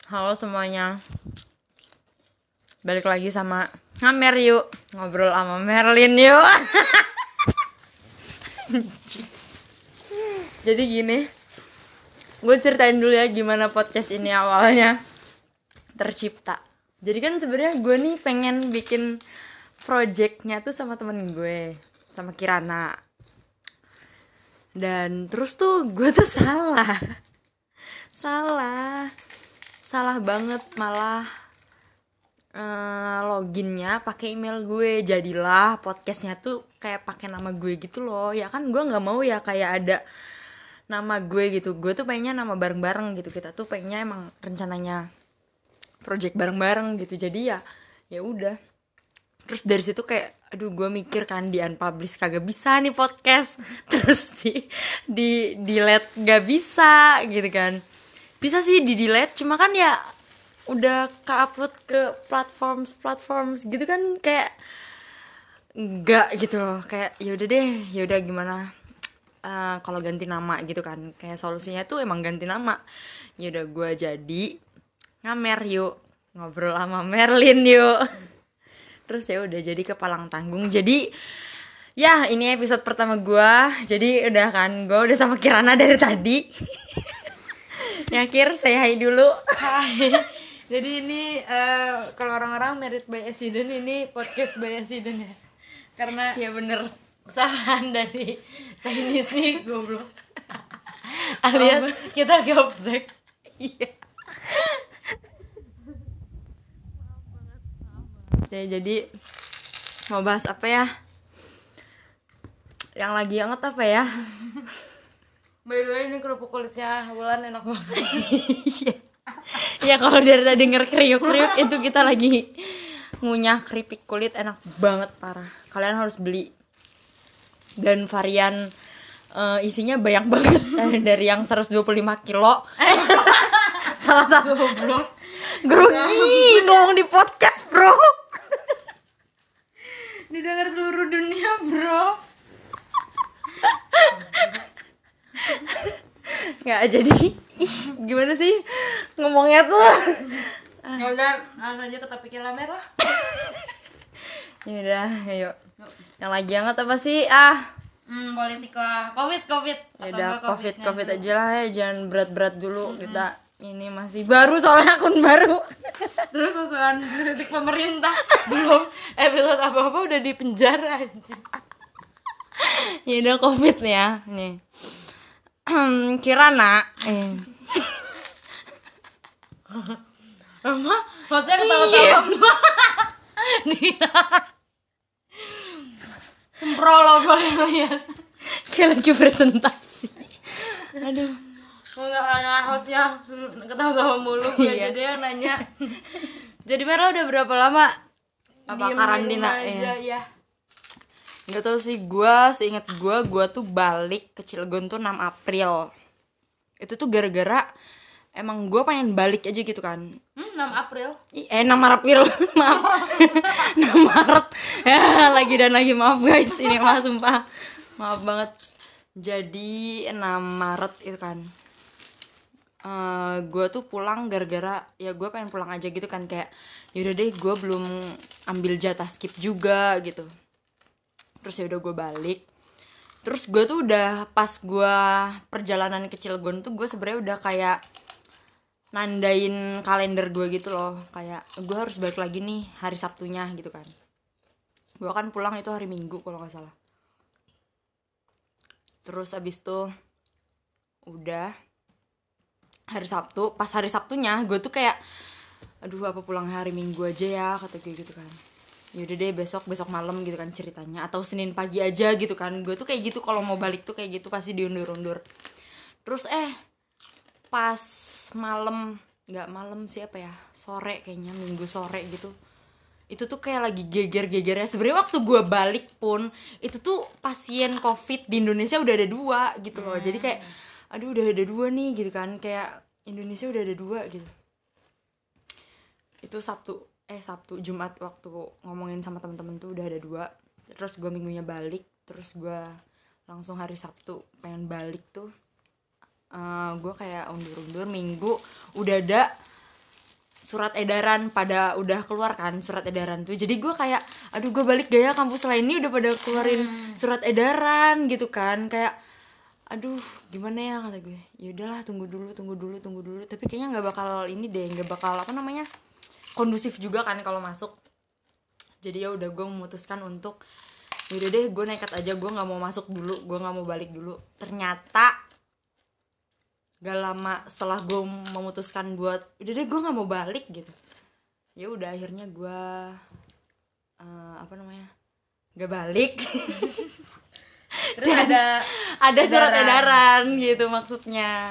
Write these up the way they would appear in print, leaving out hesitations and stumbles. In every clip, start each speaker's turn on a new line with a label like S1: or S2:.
S1: Halo semuanya, balik lagi sama Ngamer yuk, ngobrol sama Merlin yuk. Jadi gini, gue ceritain dulu ya gimana podcast ini awalnya tercipta. Jadi kan sebenarnya gue nih pengen bikin projectnya tuh sama temen gue, sama Kirana. Dan terus tuh gue tuh salah banget, malah loginnya pakai email gue. Jadilah podcastnya tuh kayak pakai nama gue gitu loh. Ya kan gue nggak mau ya kayak ada nama gue gitu. Gue tuh pengennya nama bareng-bareng gitu. Kita tuh pengennya emang rencananya project bareng-bareng gitu. Jadi ya udah. Terus dari situ kayak aduh, gue mikir kan di unpublish kagak bisa nih podcast. Terus di delete gak bisa gitu kan. Bisa sih di delete, cuma kan ya udah ke-upload ke platform gitu kan, kayak enggak gitu loh. Kayak yaudah gimana kalau ganti nama gitu kan. Kayak solusinya tuh emang ganti nama. Yaudah gue jadi Ngamer yuk, ngobrol sama Merlin yuk. Terus ya udah jadi kepalang tanggung. Jadi ya ini episode pertama gue. Jadi udah kan, gue udah sama Kirana dari tadi. Ya Kir, saya hai dulu.
S2: Hai. Jadi ini kalau orang-orang Merit by Accident, ini podcast by Accident ya. Karena
S1: Ya bener.
S2: kesalahan dari teknisi goblok. Alias kita gaptek.
S1: Iya. Ya, jadi mau bahas apa ya? Yang lagi hangat apa ya?
S2: By the way, ini kerupuk kulitnya Wulan enak banget.
S1: Ya kalau dari tadi denger kriuk-kriuk itu kita lagi ngunyah keripik kulit, enak banget parah. Kalian harus beli. Dan varian isinya banyak banget. Dari yang 125 kilo. Salah satu
S2: Goblok.
S1: grogi ngomong di podcast, bro.
S2: Didengar seluruh dunia, bro.
S1: Nggak jadi. Ih, gimana sih ngomongnya tuh?
S2: Ya udah, langsung aja ke topik yang merah.
S1: Ya udah, ayo. Yang lagi hangat apa sih?
S2: Politik lah. Covid.
S1: Ya udah, covid aja lah ya, jangan berat-berat dulu. Kita ini masih baru soalnya, akun baru.
S2: Terus usulan kritik pemerintah. Belum episode apa-apa udah di penjara anjing.
S1: Ya udah, covid nih ya. Nih. Kirana.
S2: Mama, maksudnya ketawa-tawa. Nih. Semprolo boleh lihat.
S1: Kayak lagi presentasi. Aduh.
S2: Enggak hanya hostnya ketawa-tawa mulu.
S1: Iya.
S2: Jadi yang nanya. Jadi Merah udah berapa lama
S1: Apa
S2: diem di
S1: karantina?
S2: rumah aja, ya.
S1: Gak tau sih, seingat gue tuh balik ke Cilegon tuh 6 April. Itu tuh gara-gara emang gue pengen balik aja gitu kan.
S2: 6 April.
S1: 6 April, maaf. 6 Maret. Ya, lagi maaf guys, ini mah sumpah. Maaf banget. Jadi 6 Maret itu kan. Gue tuh pulang gara-gara ya gue pengen pulang aja gitu kan, kayak yaudah deh, gue belum ambil jatah skip juga gitu. Terus ya udah gue balik. Terus gue tuh udah pas gue perjalanan ke Cilegon tuh gue sebenarnya udah kayak nandain kalender gue gitu loh, kayak gue harus balik lagi nih hari Sabtunya gitu kan. Gue kan pulang itu hari Minggu kalau nggak salah. Terus abis tuh udah hari Sabtu, pas hari Sabtunya gue tuh kayak aduh, apa pulang hari Minggu aja ya, kata gue gitu kan. Yaudah deh, besok malam gitu kan ceritanya, atau Senin pagi aja gitu kan. Gue tuh kayak gitu, kalau mau balik tuh kayak gitu pasti diundur-undur. Terus pas nggak malam sih, apa ya, sore kayaknya, Minggu sore gitu, itu tuh kayak lagi geger-gegernya. Sebenarnya waktu gue balik pun itu tuh pasien covid di Indonesia udah ada 2 gitu loh. Jadi kayak aduh, udah ada 2 nih gitu kan, kayak Indonesia udah ada 2 gitu. Itu Sabtu Jumat waktu ngomongin sama temen-temen tuh udah ada 2. Terus gue minggunya balik. Terus gue langsung hari Sabtu pengen balik tuh, gue kayak undur-undur. Minggu udah ada surat edaran pada udah keluar kan, surat edaran tuh. Jadi gue kayak aduh gue balik gak ya, kampus lain ini udah pada keluarin surat edaran gitu kan, kayak aduh gimana ya, kata gue ya udahlah tunggu dulu, tapi kayaknya nggak bakal ini deh, nggak bakal apa namanya kondusif juga kan kalau masuk. Jadi ya udah gue memutuskan untuk yaudah deh gue nekat aja, gue nggak mau masuk dulu, gue nggak mau balik dulu. Ternyata gak lama setelah gue memutuskan buat udah deh gue nggak mau balik gitu, ya udah akhirnya gue gak balik.
S2: Terus ada
S1: surat edaran gitu maksudnya.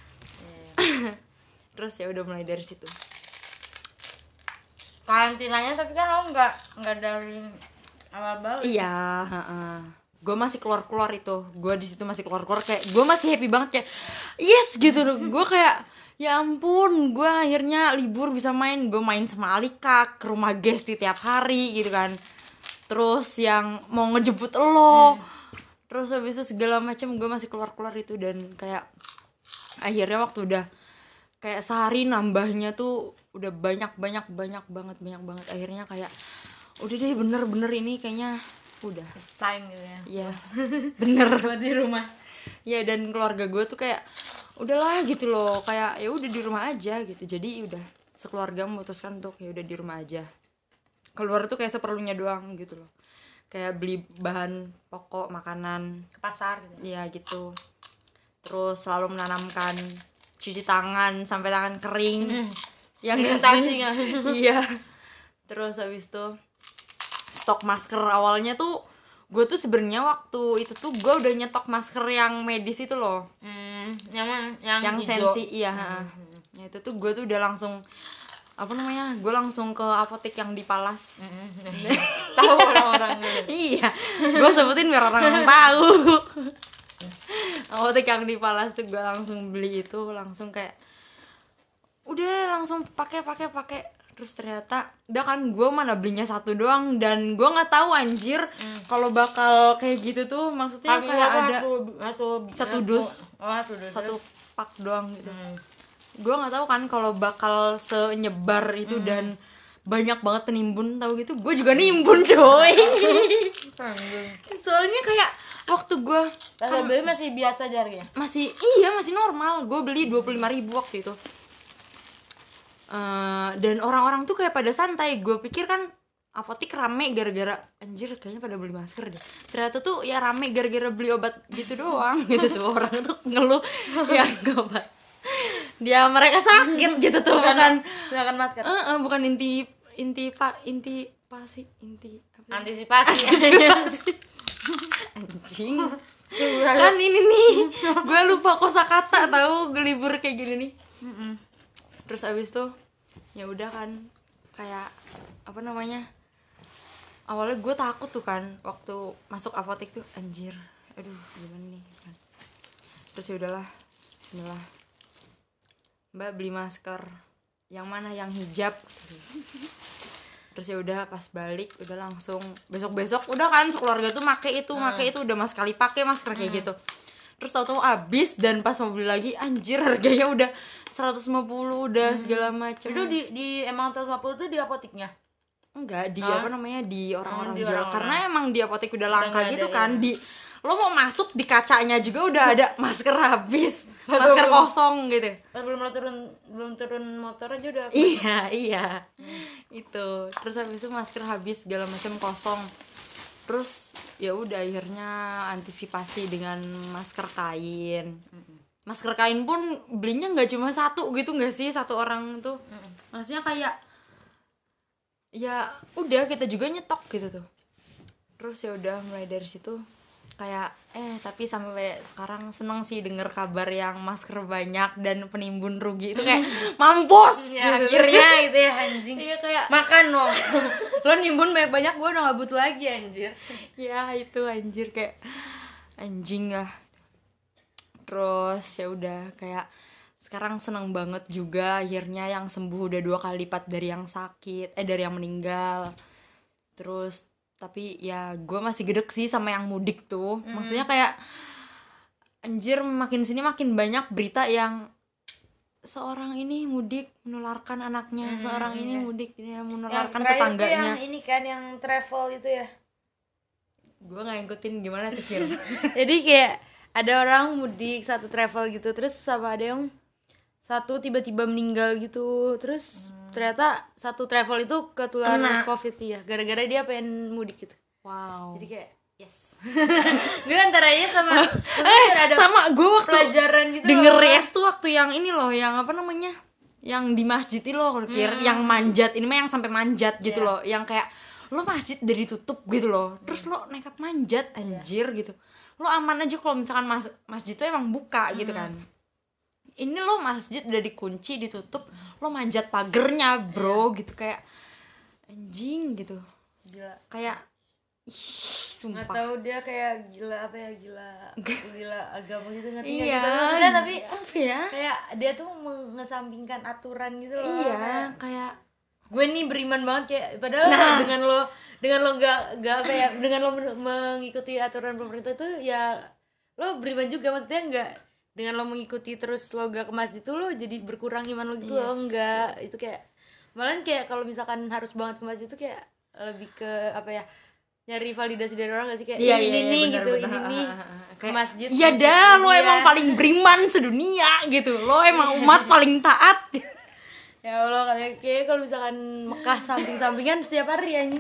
S1: Terus ya udah mulai dari situ
S2: karantinanya. Tapi kan lo nggak dari awal balik.
S1: iya, gue masih keluar itu, gue di situ masih keluar kayak gue masih happy banget kayak yes gitu loh. Gue kayak ya ampun, gue akhirnya libur bisa main. Gue main sama Alika ke rumah Gesti tiap hari gitu kan, terus yang mau ngejemput lo, terus habis itu segala macam gue masih keluar itu. Dan kayak akhirnya waktu udah kayak sehari nambahnya tuh udah banyak banget. Akhirnya kayak udah deh bener ini kayaknya udah
S2: it's time gitu ya.
S1: Iya bener
S2: buat di rumah.
S1: Ya dan keluarga gue tuh kayak udahlah gitu loh, kayak ya udah di rumah aja gitu. Jadi udah sekeluarga memutuskan untuk ya udah di rumah aja, keluar tuh kayak seperlunya doang gitu loh, kayak beli bahan pokok makanan
S2: Ke pasar gitu.
S1: ya gitu. Terus selalu menanamkan cuci tangan sampai tangan kering. Yang
S2: Sanitasi nggak?
S1: Iya. Terus habis itu stok masker. Awalnya tuh gue tuh sebenarnya waktu itu tuh gue udah nyetok masker yang medis itu loh, yang
S2: hijau.
S1: sensi. Iya. Ya itu tuh gue tuh udah langsung apa namanya, gue langsung ke apotek yang di Palas.
S2: Tahu orang-orang gitu.
S1: Iya, gue sebutin biar orang tahu. Apotek yang di Palas tuh gue langsung beli itu, langsung kayak udah langsung pakai. Terus ternyata udah kan gue mana belinya satu doang, dan gue nggak tahu anjir kalau bakal kayak gitu tuh. Maksudnya kayak ada satu dus, satu pak doang gitu. Gue nggak tahu kan kalau bakal senyebar itu dan banyak banget penimbun, tahu gitu. Gue juga nimbun coy. Soalnya kayak waktu gue
S2: kan beli masih biasa aja harganya.
S1: masih normal. Gue beli 25.000 waktu itu. Dan orang-orang tuh kayak pada santai. Gue pikir kan apotek rame gara-gara anjir kayaknya pada beli masker deh. Ternyata tuh ya rame gara-gara beli obat gitu doang. Gitu tuh orang tuh ngeluh ya obat. Dia mereka sakit gitu tuh, bukan
S2: masker.
S1: Bukan
S2: Antisipasi.
S1: Anjing. Kan ini nih, gue lupa kosakata tahu libur kayak gini nih. Terus abis tuh ya udah kan kayak apa namanya, awalnya gue takut tuh kan waktu masuk apotek tuh anjir, aduh gimana nih kan. Terus ya udahlah, bismillah, Mbak beli masker yang mana, yang hijab. Terus ya udah pas balik udah langsung besok udah kan sekeluarga tuh make itu udah mas kali pakai masker kayak gitu. Terus tahu-tahu habis, dan pas mau beli lagi anjir harganya udah 150 udah segala macam.
S2: Itu di emang 150 tuh di apoteknya?
S1: Enggak, di apa namanya, di orang-orang
S2: di
S1: jual.
S2: orang-orang.
S1: Karena emang di apotek udah langka
S2: nggak
S1: gitu
S2: ada,
S1: kan.
S2: ya.
S1: Di lo mau masuk di kacanya juga udah ada masker habis, masker kosong gitu.
S2: Pas belum turun motor aja udah.
S1: Iya. Itu. Terus habis itu masker habis segala macam kosong. Terus ya udah akhirnya antisipasi dengan masker kain. Masker kain pun belinya nggak cuma satu gitu, nggak sih, satu orang tuh. Maksudnya kayak ya udah kita juga nyetok gitu tuh. Terus ya udah mulai dari situ kayak tapi sampai sekarang seneng sih denger kabar yang masker banyak dan penimbun rugi itu kayak mampus
S2: Ya,
S1: gitu.
S2: akhirnya gitu ya anjing.
S1: Iya kayak
S2: Makan loh. Lo nimbun banyak gue udah gak butuh lagi anjir.
S1: ya itu anjir kayak anjing lah. Terus ya udah kayak sekarang seneng banget juga akhirnya yang sembuh udah 2 kali lipat dari yang sakit, dari yang meninggal. Terus tapi ya gue masih gedek sih sama yang mudik tuh. Maksudnya kayak anjir makin sini makin banyak berita yang seorang ini mudik menularkan anaknya, seorang ini mudik dia menularkan
S2: terakhir tuh
S1: tetangganya.
S2: yang ini kan yang travel itu ya.
S1: Gue nggak ngikutin gimana tuh Fir.
S2: Jadi kayak ada orang mudik satu travel gitu, terus sama ada yang satu tiba-tiba meninggal gitu, terus ternyata satu travel itu ketularan COVID ya, gara-gara dia pengen mudik gitu.
S1: Wow.
S2: Jadi kayak yes. Gue antaranya sama ada
S1: Sama gue waktu
S2: pelajaran gitu
S1: denger
S2: loh.
S1: yes tuh waktu yang ini loh, yang apa namanya, yang di masjid itu loh Fir, yang manjat, ini mah yang sampai manjat gitu loh, yang kayak lo masjid udah ditutup gitu loh, terus lo nekat manjat anjir gitu. Lo aman aja kalau misalkan masjid tuh emang buka gitu kan. Ini lo masjid udah dikunci, ditutup, lo manjat pagernya bro gitu, kayak anjing gitu.
S2: Gila.
S1: Kayak ih,
S2: Nggak
S1: sumpah.
S2: tahu dia kayak gila apa ya, gila agama gitu, ngerti nggak
S1: Iya,
S2: gitu maksudnya, tapi
S1: apa ya?
S2: kayak dia tuh mengesampingkan aturan gitu loh.
S1: Iya, kayak
S2: Gue nih beriman banget kayak, padahal dengan lo nggak apa ya, dengan lo mengikuti aturan pemerintah tuh ya lo beriman juga, maksudnya nggak dengan lo mengikuti terus lo gak ke masjid tuh lo jadi berkurang iman lo gitu loh, enggak. Itu kayak malah kayak kalau misalkan harus banget ke masjid tuh kayak lebih ke apa ya, nyari validasi dari orang gak sih, kayak ini nih
S1: bener,
S2: gitu,
S1: bener.
S2: ini nih
S1: Kayak,
S2: ke masjid.
S1: iya
S2: masjid
S1: dah, lo
S2: dunia.
S1: emang paling beriman sedunia gitu, lo emang umat paling taat.
S2: Ya Allah, kayak kalau misalkan Mekah samping-sampingan tiap hari anjing.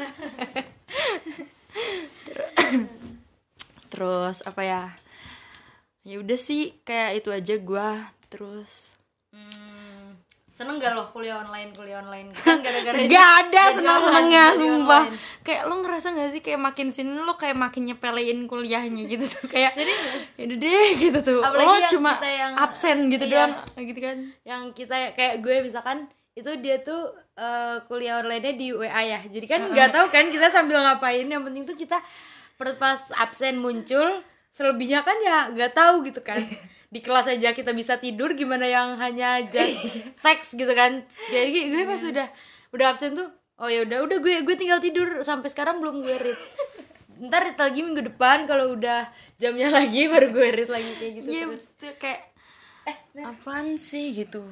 S1: Terus apa ya, ya udah sih kayak itu aja gua. Terus
S2: Seneng gak lo kuliah online kan gara-gara ini
S1: gak ada
S2: jadi
S1: seneng-senengnya
S2: online,
S1: sumpah
S2: online.
S1: Kayak lo ngerasa gak sih kayak makin sini lo kayak makin nyepelein kuliahnya gitu tuh, kayak jadi yaudah deh gitu tuh.
S2: Apalagi
S1: Lo
S2: yang
S1: cuma
S2: kita yang-
S1: absen gitu
S2: iya.
S1: doang gitu kan.
S2: Yang kita kayak gue misalkan itu dia tuh kuliah online-nya di WA ya, jadi kan nggak tahu kan kita sambil ngapain, yang penting tuh kita pas absen muncul, selebihnya kan ya nggak tahu gitu kan. Di kelas aja kita bisa tidur, gimana yang hanya just teks gitu kan. Jadi gue pas udah absen tuh, oh ya udah gue tinggal tidur, sampai sekarang belum gue read. Ntar read lagi minggu depan kalau udah jamnya lagi baru gue read lagi kayak gitu.
S1: Iya
S2: Terus
S1: betul, kayak apaan sih gitu.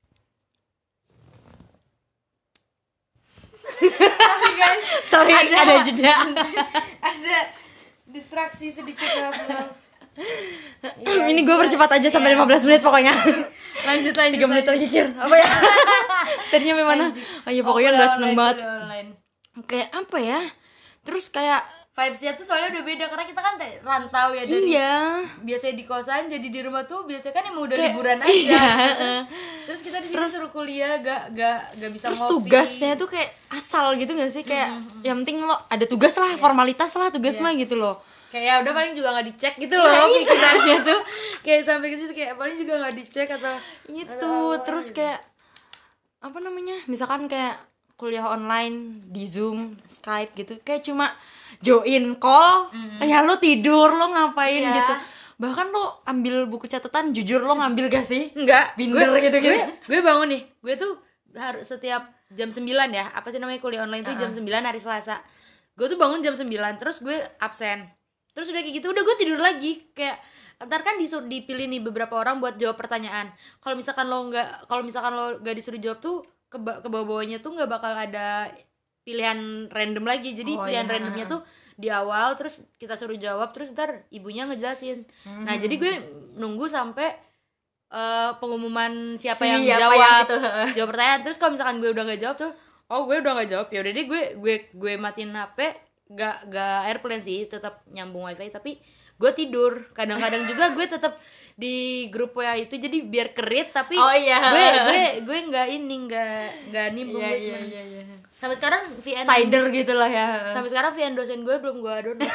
S1: Sorry, ada jeda.
S2: ada distraksi sedikit, maaf.
S1: Ini gue percepat aja sampai 15 menit pokoknya.
S2: Lanjut
S1: 3 menit lagi Kir. Apa ya? Tadinya memang oh ya pokoknya
S2: kuliah
S1: gak seneng
S2: online,
S1: banget.
S2: kuliah online.
S1: Kayak apa ya? Terus kayak
S2: Vibes-nya tuh soalnya udah beda, karena kita kan rantau ya, dari
S1: iya.
S2: biasanya di kosan jadi di rumah tuh biasanya kan emang udah
S1: Kayak-
S2: liburan aja.
S1: iya,
S2: Terus kita di sini suruh kuliah gak bisa
S1: Terus
S2: ngopi.
S1: tugasnya tuh kayak asal gitu gak sih? Kayak yang penting lo ada tugas lah, formalitas lah tugas mah gitu loh.
S2: Kayak ya udah paling juga nggak dicek gitu loh, pikirannya tuh kayak sampai ke situ, kayak paling juga nggak dicek atau
S1: Itu terus kayak apa namanya? Misalkan kayak kuliah online di Zoom, Skype gitu, kayak cuma join call, ya lo tidur, lo ngapain
S2: Iya.
S1: gitu. Bahkan lo ambil buku catatan, jujur lo ngambil gak sih?
S2: enggak,
S1: Binder gitu-gitu.
S2: gue bangun nih, gue tuh harus setiap jam 9 ya, apa sih namanya kuliah online tuh jam 9 hari Selasa. Gue tuh bangun jam 9, terus gue absen. Terus udah kayak gitu, udah gue tidur lagi. Kayak ntar kan dipilih nih beberapa orang buat jawab pertanyaan. Kalau misalkan lo nggak disuruh jawab tuh ke bawah-bawahnya tuh nggak bakal ada pilihan random lagi. Jadi pilihan randomnya tuh di awal, terus kita suruh jawab, terus ntar ibunya ngejelasin. Nah jadi gue nunggu sampai pengumuman siapa yang
S1: Siapa
S2: jawab
S1: yang itu.
S2: jawab pertanyaan. Terus kalau misalkan gue udah nggak jawab tuh, gue udah nggak jawab, ya udah deh gue matiin HP, gak airplane sih, tetap nyambung wifi, tapi gue tidur. Kadang-kadang juga gue tetap di grup WA itu, jadi biar kerit, tapi gue nggak nimbung. Gue cuman- sampai sekarang VN
S1: Cider gitu lah ya.
S2: sampai sekarang VN dosen gue belum gue download.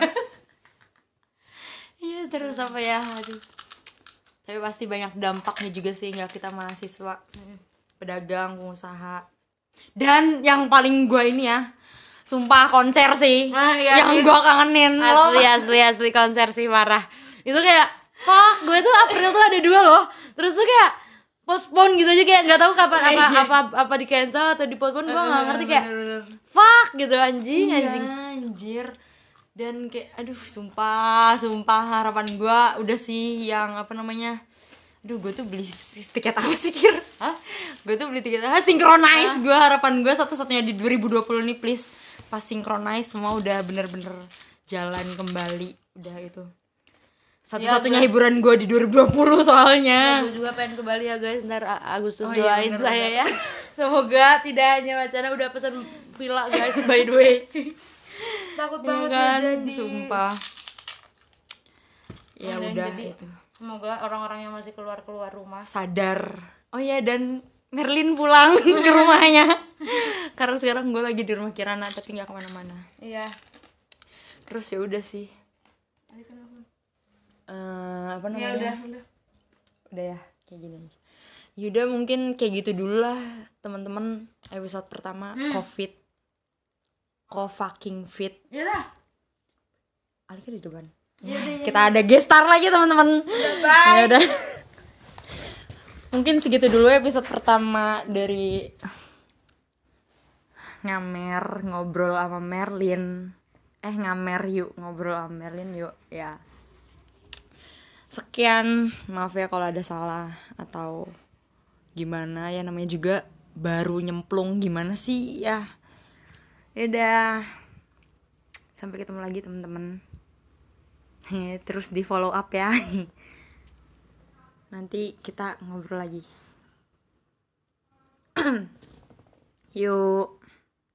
S1: Iya, terus apa ya? Aduh. Tapi pasti banyak dampaknya juga sih, nggak kita mahasiswa, pedagang, pengusaha. Dan yang paling gue ini ya, sumpah konser sih,
S2: Iya,
S1: yang
S2: iya.
S1: gue kangenin. Lo
S2: asli konser sih parah. Itu kayak fuck, gue tuh April tuh ada 2 loh. Terus tuh kayak postpone gitu aja, kayak nggak tahu kapan apa di cancel atau di postpone, gue nggak ngerti, kayak fuck gitu, anjing.
S1: anjir. Dan kayak aduh, sumpah harapan gue udah sih yang apa namanya, Aduh, gue tuh beli tiket apa sih, Kir?
S2: Hah?
S1: Gue tuh beli tiket apa? Synchronize. Gue harapan gue satu-satunya di 2020 nih, please. Pas Synchronize semua udah bener-bener jalan kembali. Udah itu. Satu-satunya
S2: Ya,
S1: hiburan gue di 2020 soalnya.
S2: Gue juga pengen ke Bali ya guys, ntar Agustus
S1: Oh, iya,
S2: doain
S1: bener,
S2: saya
S1: bener.
S2: ya. Semoga tidak hanya wacana, udah pesan villa guys by the way. Takut
S1: Iya
S2: banget
S1: kan,
S2: ya jadi.
S1: sumpah. Ya
S2: Dan
S1: udah
S2: jadi,
S1: itu.
S2: semoga orang-orang yang masih keluar rumah
S1: Sadar. Oh ya, dan Merlin pulang ke rumahnya. Karena sekarang gue lagi di rumah Kirana tapi nggak kemana-mana.
S2: iya.
S1: Terus ya udah sih. Apa
S2: Ya
S1: namanya?
S2: udah.
S1: Udah ya, kayak gini aja. Yaudah, mungkin kayak gitu dulu lah teman-teman, episode pertama COVID. Fucking fit.
S2: Ya dah.
S1: Alika di depan.
S2: Ya udah,
S1: Kita ada guest star lagi teman-teman.
S2: bye.
S1: Ya udah. Mungkin segitu dulu episode pertama dari ngamer ngobrol sama Merlin. Ngamer yuk, ngobrol sama Merlin yuk ya. Sekian, maaf ya kalau ada salah atau gimana ya, namanya juga baru nyemplung gimana sih ya. Dadah. Sampai ketemu lagi teman-teman. Terus di follow up ya. Nanti kita ngobrol lagi. Yuk.